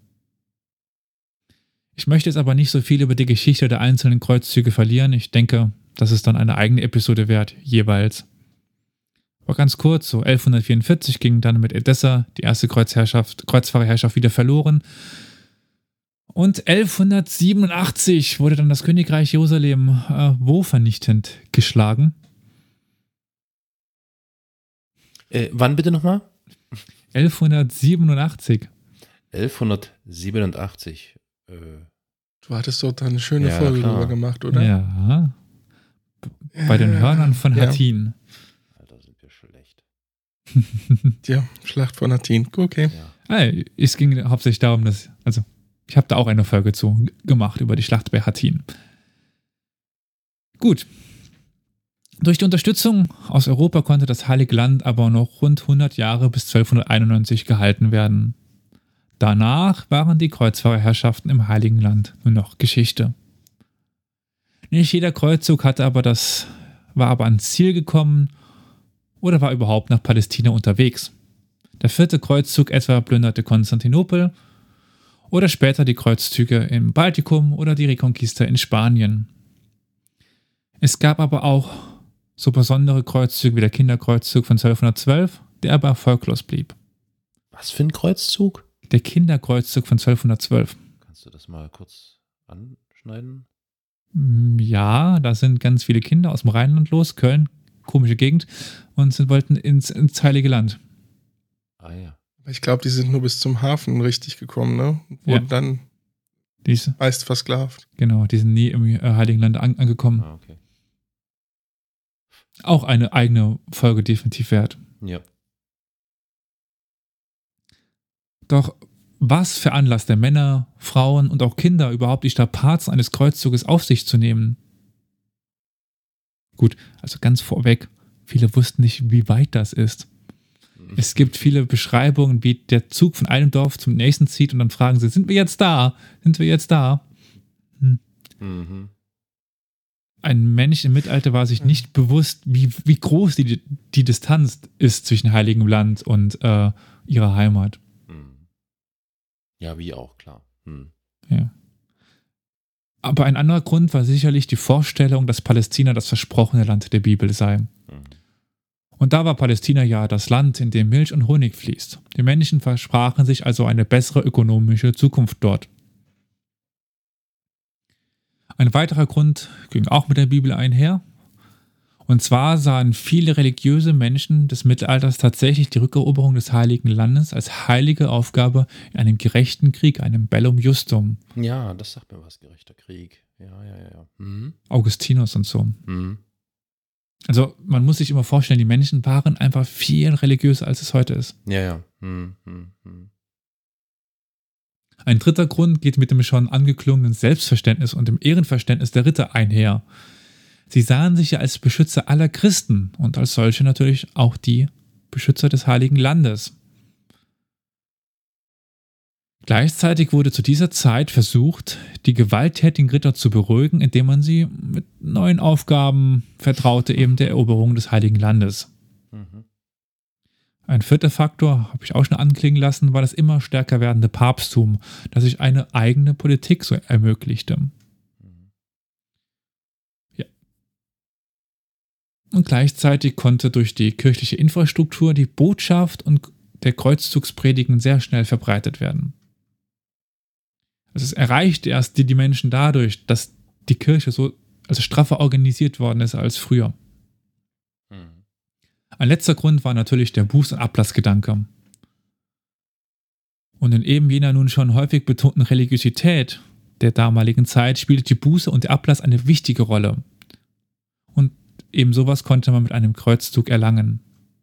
Ich möchte jetzt aber nicht so viel über die Geschichte der einzelnen Kreuzzüge verlieren. Ich denke, das ist dann eine eigene Episode wert, jeweils. Aber ganz kurz, so 1144 ging dann mit Edessa die erste Kreuzfahrerherrschaft wieder verloren. Und 1187 wurde dann das Königreich Jerusalem wo vernichtend geschlagen? Wann bitte nochmal? 1187. 1187. Du hattest doch da eine schöne Folge drüber gemacht, oder? Ja. Bei den Hörnern von Hattin. Alter, sind wir schlecht. Ja, Schlacht von Hattin. Okay. Ja. Es ging hauptsächlich darum, ich habe da auch eine Folge zu gemacht über die Schlacht bei Hattin. Gut. Durch die Unterstützung aus Europa konnte das Heilige Land aber noch rund 100 Jahre bis 1291 gehalten werden. Danach waren die Kreuzfahrerherrschaften im Heiligen Land nur noch Geschichte. Nicht jeder Kreuzzug war aber ans Ziel gekommen oder war überhaupt nach Palästina unterwegs. Der 4. Kreuzzug etwa plünderte Konstantinopel oder später die Kreuzzüge im Baltikum oder die Reconquista in Spanien. Es gab aber auch so besondere Kreuzzüge wie der Kinderkreuzzug von 1212, der aber erfolglos blieb. Was für ein Kreuzzug? Der Kinderkreuzzug von 1212. Kannst du das mal kurz anschneiden? Ja, da sind ganz viele Kinder aus dem Rheinland los, Köln, komische Gegend, und wollten ins Heilige Land. Ah ja. Ich glaube, die sind nur bis zum Hafen richtig gekommen, ne? Wurden dann meist versklavt. Genau, die sind nie im Heiligen Land angekommen. Ah, okay. Auch eine eigene Folge definitiv wert. Ja. Doch was veranlasst der Männer, Frauen und auch Kinder überhaupt die Strapazen eines Kreuzzuges auf sich zu nehmen? Gut, also ganz vorweg, viele wussten nicht, wie weit das ist. Es gibt viele Beschreibungen, wie der Zug von einem Dorf zum nächsten zieht und dann fragen sie, sind wir jetzt da? Sind wir jetzt da? Mhm. Ein Mensch im Mittelalter war sich nicht bewusst, wie groß die Distanz ist zwischen Heiligem Land und ihrer Heimat. Ja, wie auch, klar. Ja. Aber ein anderer Grund war sicherlich die Vorstellung, dass Palästina das versprochene Land der Bibel sei. Und da war Palästina ja das Land, in dem Milch und Honig fließt. Die Menschen versprachen sich also eine bessere ökonomische Zukunft dort. Ein weiterer Grund ging auch mit der Bibel einher. Und zwar sahen viele religiöse Menschen des Mittelalters tatsächlich die Rückeroberung des Heiligen Landes als heilige Aufgabe in einem gerechten Krieg, einem Bellum Justum. Ja, das sagt mir was, gerechter Krieg. Ja. Augustinus und so. Also man muss sich immer vorstellen, die Menschen waren einfach viel religiöser, als es heute ist. Ja. Ein dritter Grund geht mit dem schon angeklungenen Selbstverständnis und dem Ehrenverständnis der Ritter einher. Sie sahen sich ja als Beschützer aller Christen und als solche natürlich auch die Beschützer des Heiligen Landes. Gleichzeitig wurde zu dieser Zeit versucht, die gewalttätigen Ritter zu beruhigen, indem man sie mit neuen Aufgaben vertraute, eben der Eroberung des Heiligen Landes. Ein vierter Faktor, habe ich auch schon anklingen lassen, war das immer stärker werdende Papsttum, das sich eine eigene Politik so ermöglichte. Ja. Und gleichzeitig konnte durch die kirchliche Infrastruktur die Botschaft und der Kreuzzugspredigen sehr schnell verbreitet werden. Also es erreichte erst die Menschen dadurch, dass die Kirche so straffer organisiert worden ist als früher. Ein letzter Grund war natürlich der Buß- und Ablassgedanke. Und in eben jener nun schon häufig betonten Religiosität der damaligen Zeit spielte die Buße und der Ablass eine wichtige Rolle. Und eben sowas konnte man mit einem Kreuzzug erlangen.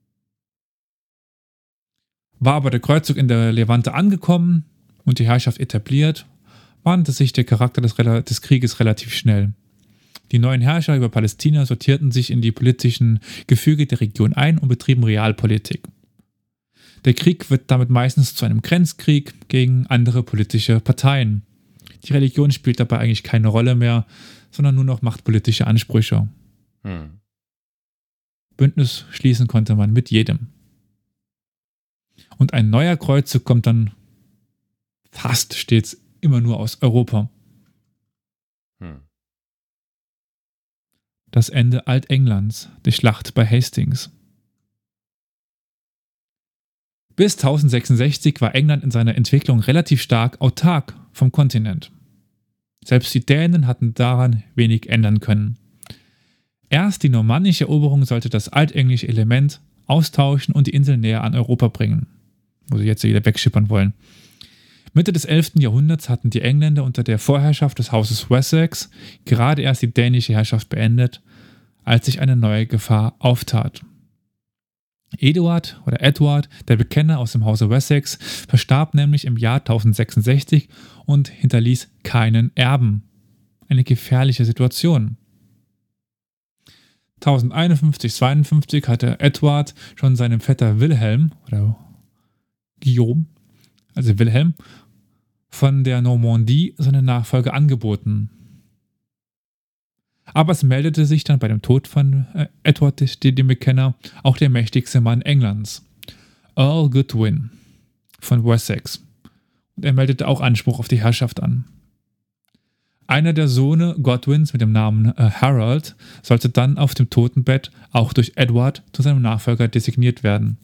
War aber der Kreuzzug in der Levante angekommen und die Herrschaft etabliert, wandte sich der Charakter des Krieges relativ schnell. Die neuen Herrscher über Palästina sortierten sich in die politischen Gefüge der Region ein und betrieben Realpolitik. Der Krieg wird damit meistens zu einem Grenzkrieg gegen andere politische Parteien. Die Religion spielt dabei eigentlich keine Rolle mehr, sondern nur noch machtpolitische Ansprüche. Bündnis schließen konnte man mit jedem. Und ein neuer Kreuzzug kommt dann fast stets immer nur aus Europa. Das Ende Altenglands, die Schlacht bei Hastings. Bis 1066 war England in seiner Entwicklung relativ stark autark vom Kontinent. Selbst die Dänen hatten daran wenig ändern können. Erst die normannische Eroberung sollte das altenglische Element austauschen und die Insel näher an Europa bringen, wo sie jetzt wieder wegschippern wollen. Mitte des 11. Jahrhunderts hatten die Engländer unter der Vorherrschaft des Hauses Wessex gerade erst die dänische Herrschaft beendet, als sich eine neue Gefahr auftat. Edward, der Bekenner aus dem Hause Wessex, verstarb nämlich im Jahr 1066 und hinterließ keinen Erben. Eine gefährliche Situation. 1051-52 hatte Edward schon seinem Vetter Wilhelm, oder Guillaume, also Wilhelm, von der Normandie seine Nachfolge angeboten. Aber es meldete sich dann bei dem Tod von Edward, dem Bekenner, auch der mächtigste Mann Englands, Earl Godwin von Wessex. Und er meldete auch Anspruch auf die Herrschaft an. Einer der Söhne Godwins mit dem Namen Harold sollte dann auf dem Totenbett auch durch Edward zu seinem Nachfolger designiert werden.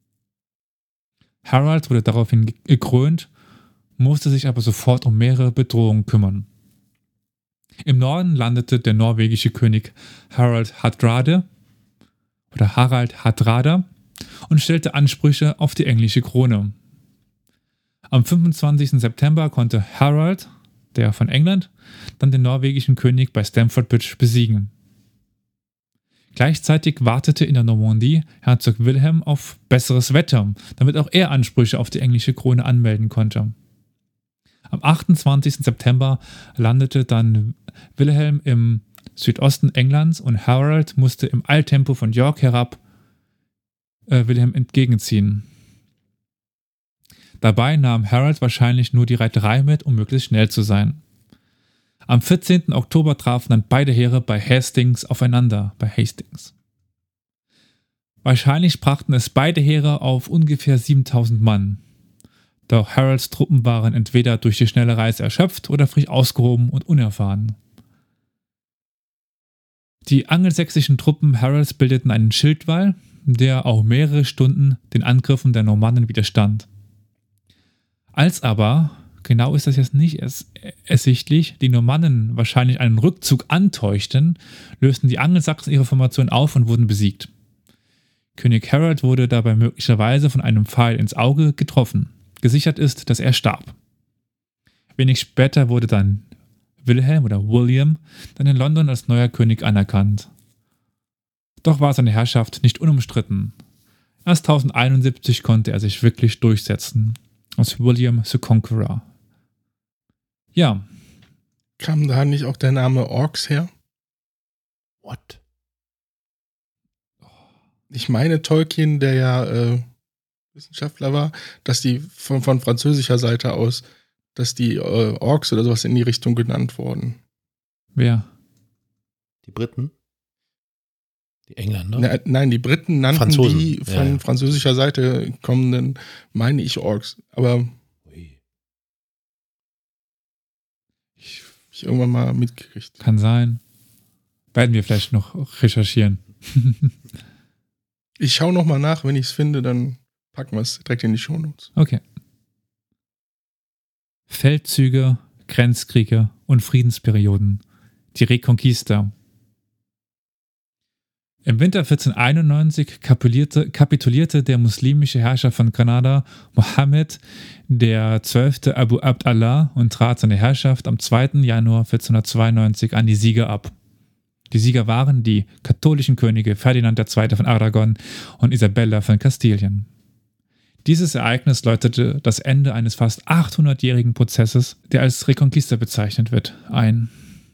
Harold wurde daraufhin gekrönt, musste sich aber sofort um mehrere Bedrohungen kümmern. Im Norden landete der norwegische König Harald Hardrada und stellte Ansprüche auf die englische Krone. Am 25. September konnte Harold, der von England, dann den norwegischen König bei Stamford Bridge besiegen. Gleichzeitig wartete in der Normandie Herzog Wilhelm auf besseres Wetter, damit auch er Ansprüche auf die englische Krone anmelden konnte. Am 28. September landete dann Wilhelm im Südosten Englands und Harold musste im Eiltempo von York herab Wilhelm entgegenziehen. Dabei nahm Harold wahrscheinlich nur die Reiterei mit, um möglichst schnell zu sein. Am 14. Oktober trafen dann beide Heere bei Hastings aufeinander, Wahrscheinlich brachten es beide Heere auf ungefähr 7000 Mann. Doch Harolds Truppen waren entweder durch die schnelle Reise erschöpft oder frisch ausgehoben und unerfahren. Die angelsächsischen Truppen Harolds bildeten einen Schildwall, der auch mehrere Stunden den Angriffen der Normannen widerstand. Als aber, genau ist das jetzt nicht ersichtlich, die Normannen wahrscheinlich einen Rückzug antäuschten, lösten die Angelsachsen ihre Formation auf und wurden besiegt. König Harold wurde dabei möglicherweise von einem Pfeil ins Auge getroffen. Gesichert ist, dass er starb. Wenig später wurde dann William dann in London als neuer König anerkannt. Doch war seine Herrschaft nicht unumstritten. Erst 1071 konnte er sich wirklich durchsetzen, als William the Conqueror. Ja. Kam da nicht auch der Name Orks her? What? Ich meine, Tolkien, der ja Wissenschaftler war, dass die von französischer Seite aus, dass die Orks oder sowas in die Richtung genannt wurden. Wer? Die Briten? Die Engländer? Nein, die Briten nannten Franzosen. Die von französischer Seite kommenden, meine ich, Orks. Aber ich irgendwann mal mitgekriegt. Kann sein. Werden wir vielleicht noch recherchieren. Ich schaue nochmal nach, wenn ich es finde, dann packen wir es direkt in die Shownotes. Okay. Feldzüge, Grenzkriege und Friedensperioden. Die Reconquista. Im Winter 1491 kapitulierte der muslimische Herrscher von Granada, Mohammed XII. Abu Abd Allah, und trat seine Herrschaft am 2. Januar 1492 an die Sieger ab. Die Sieger waren die katholischen Könige Ferdinand II. Von Aragon und Isabella von Kastilien. Dieses Ereignis läutete das Ende eines fast 800-jährigen Prozesses, der als Reconquista bezeichnet wird, ein.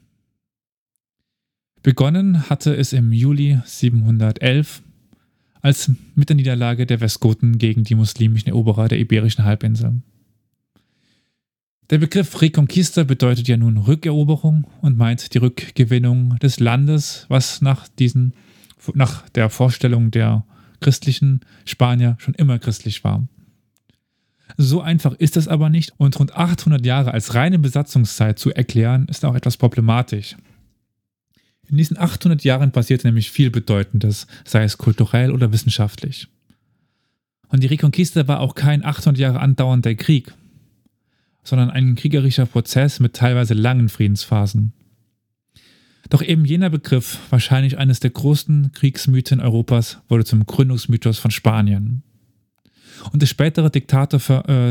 Begonnen hatte es im Juli 711 als mit der Niederlage der Westgoten gegen die muslimischen Eroberer der Iberischen Halbinsel. Der Begriff Reconquista bedeutet ja nun Rückeroberung und meint die Rückgewinnung des Landes, was nach der Vorstellung der christlichen Spanier schon immer christlich war. So einfach ist es aber nicht, und rund 800 Jahre als reine Besatzungszeit zu erklären, ist auch etwas problematisch. In diesen 800 Jahren passierte nämlich viel Bedeutendes, sei es kulturell oder wissenschaftlich. Und die Reconquista war auch kein 800 Jahre andauernder Krieg, sondern ein kriegerischer Prozess mit teilweise langen Friedensphasen. Doch eben jener Begriff, wahrscheinlich eines der größten Kriegsmythen Europas, wurde zum Gründungsmythos von Spanien. Und der spätere Diktator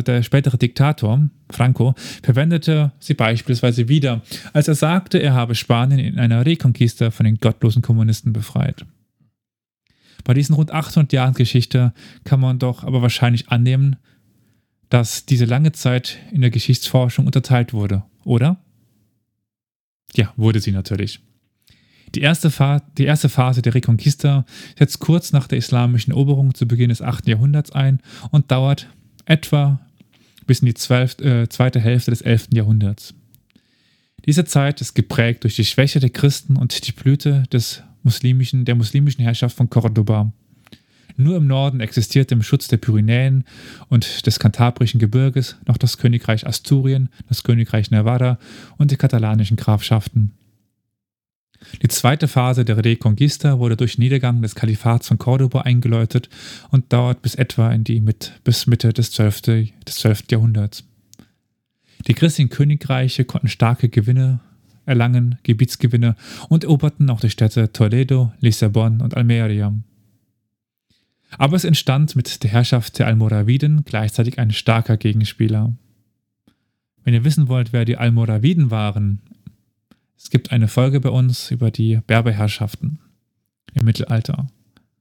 Franco verwendete sie beispielsweise wieder, als er sagte, er habe Spanien in einer Reconquista von den gottlosen Kommunisten befreit. Bei diesen rund 800 Jahren Geschichte kann man doch aber wahrscheinlich annehmen, dass diese lange Zeit in der Geschichtsforschung unterteilt wurde, oder? Ja, wurde sie natürlich. Die erste Phase der Reconquista setzt kurz nach der islamischen Eroberung zu Beginn des 8. Jahrhunderts ein und dauert etwa bis in die zweite Hälfte des 11. Jahrhunderts. Diese Zeit ist geprägt durch die Schwäche der Christen und die Blüte der muslimischen Herrschaft von Cordoba. Nur im Norden existierte im Schutz der Pyrenäen und des kantabrischen Gebirges noch das Königreich Asturien, das Königreich Navarra und die katalanischen Grafschaften. Die zweite Phase der Reconquista wurde durch Niedergang des Kalifats von Cordoba eingeläutet und dauert bis etwa bis Mitte des 12. Jahrhunderts. Die christlichen Königreiche konnten starke Gewinne erlangen, Gebietsgewinne, und eroberten auch die Städte Toledo, Lissabon und Almería. Aber es entstand mit der Herrschaft der Almoraviden gleichzeitig ein starker Gegenspieler. Wenn ihr wissen wollt, wer die Almoraviden waren, es gibt eine Folge bei uns über die Berberherrschaften im Mittelalter.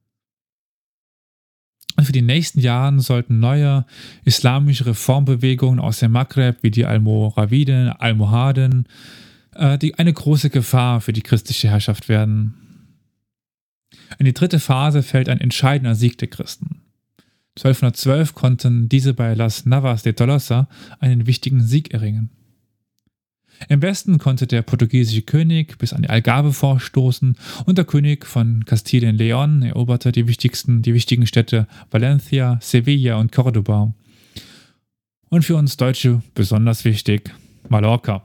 Und für die nächsten Jahre sollten neue islamische Reformbewegungen aus dem Maghreb wie die Almoraviden, Almohaden, eine große Gefahr für die christliche Herrschaft werden. In die dritte Phase fällt ein entscheidender Sieg der Christen. 1212 konnten diese bei Las Navas de Tolosa einen wichtigen Sieg erringen. Im Westen konnte der portugiesische König bis an die Algarve vorstoßen und der König von Kastilien-León eroberte die wichtigen Städte Valencia, Sevilla und Cordoba. Und für uns Deutsche besonders wichtig, Mallorca.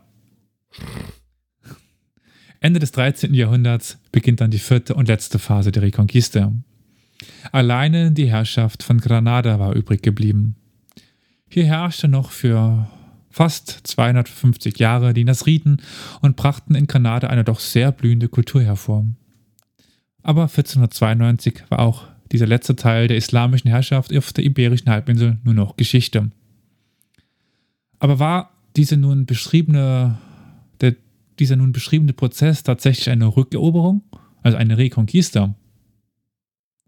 Ende des 13. Jahrhunderts beginnt dann die vierte und letzte Phase der Reconquista. Alleine die Herrschaft von Granada war übrig geblieben. Hier herrschte noch für fast 250 Jahre die Nasriden und brachten in Granada eine doch sehr blühende Kultur hervor. Aber 1492 war auch dieser letzte Teil der islamischen Herrschaft auf der Iberischen Halbinsel nur noch Geschichte. Aber war dieser nun beschriebene Prozess tatsächlich eine Rückeroberung, also eine Reconquista?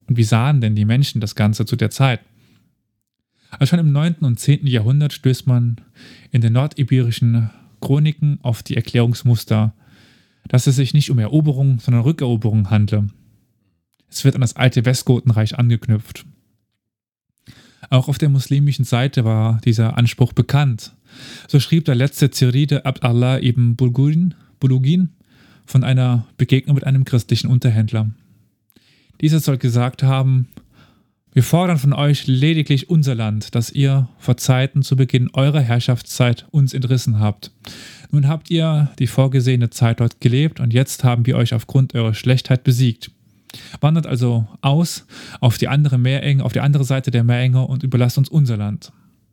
Und wie sahen denn die Menschen das Ganze zu der Zeit? Also schon im 9. und 10. Jahrhundert stößt man in den nordiberischen Chroniken auf die Erklärungsmuster, dass es sich nicht um Eroberung, sondern Rückeroberung handle. Es wird an das alte Westgotenreich angeknüpft. Auch auf der muslimischen Seite war dieser Anspruch bekannt. So schrieb der letzte Ziride Abd Allah ibn Bulugin von einer Begegnung mit einem christlichen Unterhändler. Dieser soll gesagt haben: Wir fordern von euch lediglich unser Land, das ihr vor Zeiten zu Beginn eurer Herrschaftszeit uns entrissen habt. Nun habt ihr die vorgesehene Zeit dort gelebt und jetzt haben wir euch aufgrund eurer Schlechtheit besiegt. Wandert also aus auf die andere Meerenge, auf die andere Seite der Meerenge und überlasst uns unser Land.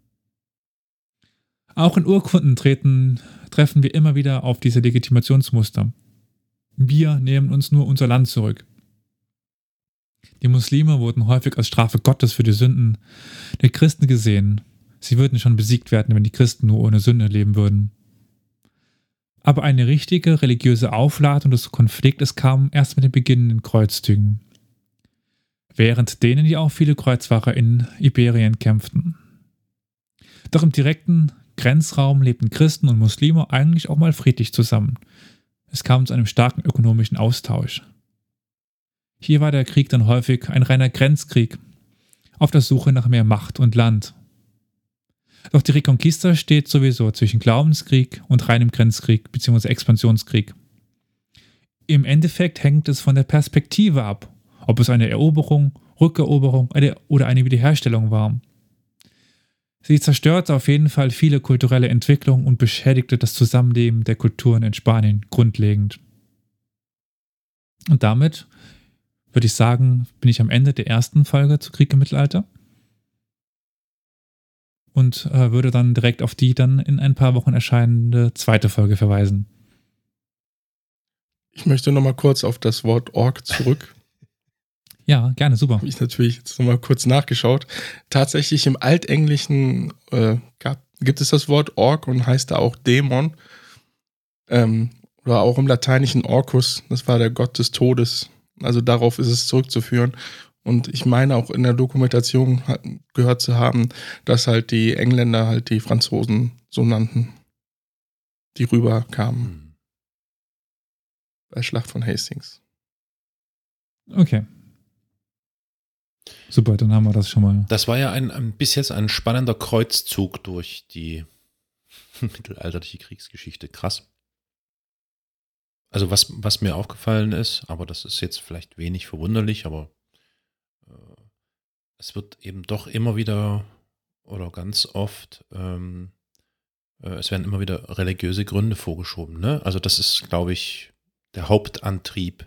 Auch in Urkunden treffen wir immer wieder auf diese Legitimationsmuster. Wir nehmen uns nur unser Land zurück. Die Muslime wurden häufig als Strafe Gottes für die Sünden der Christen gesehen. Sie würden schon besiegt werden, wenn die Christen nur ohne Sünde leben würden. Aber eine richtige religiöse Aufladung des Konfliktes kam erst mit den beginnenden Kreuzzügen, während denen ja auch viele Kreuzfahrer in Iberien kämpften. Doch im direkten Grenzraum lebten Christen und Muslime eigentlich auch mal friedlich zusammen. Es kam zu einem starken ökonomischen Austausch. Hier war der Krieg dann häufig ein reiner Grenzkrieg, auf der Suche nach mehr Macht und Land. Doch die Reconquista steht sowieso zwischen Glaubenskrieg und reinem Grenzkrieg bzw. Expansionskrieg. Im Endeffekt hängt es von der Perspektive ab, ob es eine Eroberung, Rückeroberung oder eine Wiederherstellung war. Sie zerstörte auf jeden Fall viele kulturelle Entwicklungen und beschädigte das Zusammenleben der Kulturen in Spanien grundlegend. Und damit würde ich sagen, bin ich am Ende der ersten Folge zu Krieg im Mittelalter und würde dann direkt auf die dann in ein paar Wochen erscheinende zweite Folge verweisen. Ich möchte nochmal kurz auf das Wort Ork zurück. Ja, gerne, super. Habe ich natürlich jetzt nochmal kurz nachgeschaut. Tatsächlich im Altenglischen gibt es das Wort Ork und heißt da auch Dämon. Oder auch im Lateinischen Orcus, das war der Gott des Todes. Also darauf ist es zurückzuführen. Und ich meine auch in der Dokumentation gehört zu haben, dass halt die Engländer halt die Franzosen so nannten, die rüberkamen. Bei Schlacht von Hastings. Okay. Super, dann haben wir das schon mal. Das war ja bis jetzt ein spannender Kreuzzug durch die mittelalterliche Kriegsgeschichte. Krass. Also was mir aufgefallen ist, aber das ist jetzt vielleicht wenig verwunderlich, aber es wird eben doch immer wieder oder ganz oft, es werden immer wieder religiöse Gründe vorgeschoben. Ne? Also das ist, glaube ich, der Hauptantrieb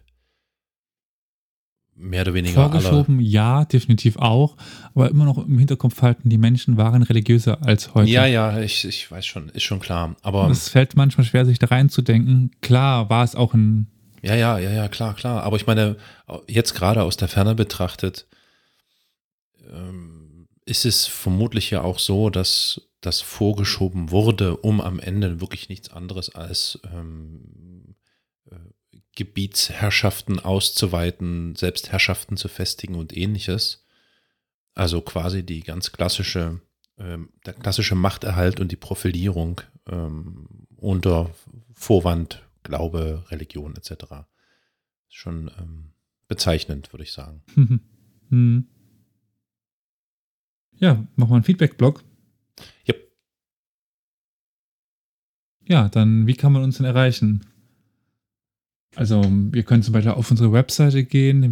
mehr oder weniger vorgeschoben, ja, definitiv auch, aber immer noch im Hinterkopf halten, die Menschen waren religiöser als heute. Ja, ich weiß schon, ist schon klar. Aber es fällt manchmal schwer, sich da reinzudenken. Klar war es auch ein... Ja, klar. Aber ich meine, jetzt gerade aus der Ferne betrachtet, ist es vermutlich ja auch so, dass das vorgeschoben wurde, um am Ende wirklich nichts anderes als Gebietsherrschaften auszuweiten, Selbstherrschaften zu festigen und ähnliches. Also quasi die ganz klassische, der klassische Machterhalt und die Profilierung unter Vorwand, Glaube, Religion etc. Schon bezeichnend, würde ich sagen. Ja, machen wir einen Feedback-Blog. Yep. Ja, dann wie kann man uns denn erreichen? Also, ihr könnt zum Beispiel auf unsere Webseite gehen,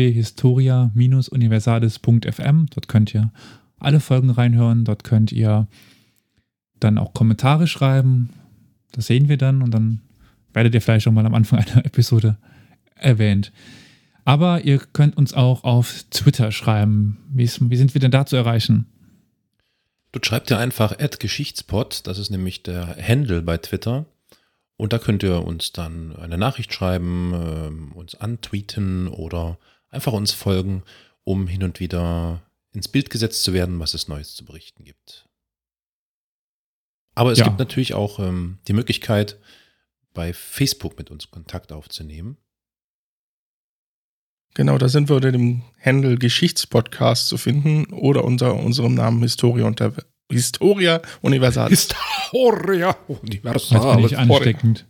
www.historia-universalis.fm. Dort könnt ihr alle Folgen reinhören. Dort könnt ihr dann auch Kommentare schreiben. Das sehen wir dann und dann werdet ihr vielleicht schon mal am Anfang einer Episode erwähnt. Aber ihr könnt uns auch auf Twitter schreiben. Wie sind wir denn da zu erreichen? Du schreibt ja einfach @Geschichtspod, das ist nämlich der Handle bei Twitter. Und da könnt ihr uns dann eine Nachricht schreiben, uns antweeten oder einfach uns folgen, um hin und wieder ins Bild gesetzt zu werden, was es Neues zu berichten gibt. Aber es gibt natürlich auch die Möglichkeit, bei Facebook mit uns Kontakt aufzunehmen. Genau, da sind wir unter dem Handle Geschichtspodcast zu finden oder unter unserem Namen Historia Universalis. Historia Das bin ich ansteckend.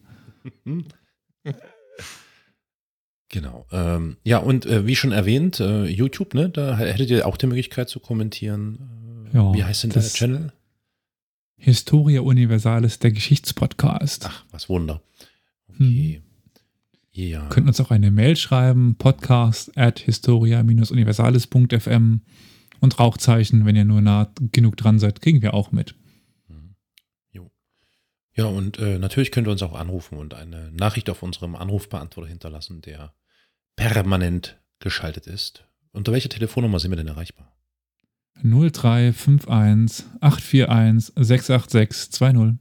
Genau. Ja, und wie schon erwähnt, YouTube, ne? Da hättet ihr auch die Möglichkeit zu kommentieren. Ja, wie heißt denn der Channel? Historia Universalis, der Geschichtspodcast. Ach, was Wunder. Okay. Ja. Könnt uns auch eine Mail schreiben, podcast@historia-universalis.fm und Rauchzeichen, wenn ihr nur nah genug dran seid, kriegen wir auch mit. Jo. Ja, und natürlich könnt ihr uns auch anrufen und eine Nachricht auf unserem Anrufbeantworter hinterlassen, der permanent geschaltet ist. Unter welcher Telefonnummer sind wir denn erreichbar? 0351 841 68620.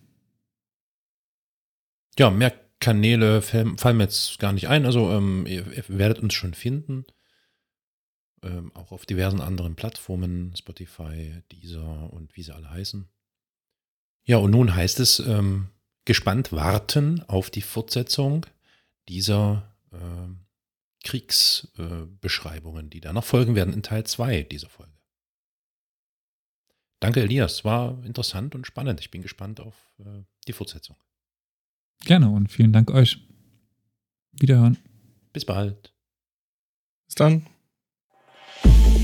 Ja, mehr Kanäle fallen mir jetzt gar nicht ein. Also ihr werdet uns schon finden. Auch auf diversen anderen Plattformen, Spotify, Deezer und wie sie alle heißen. Ja, und nun heißt es, gespannt warten auf die Fortsetzung dieser Kriegsbeschreibungen, die da noch folgen werden in Teil 2 dieser Folge. Danke, Elias. War interessant und spannend. Ich bin gespannt auf die Fortsetzung. Gerne und vielen Dank euch. Wiederhören. Bis bald. Bis dann.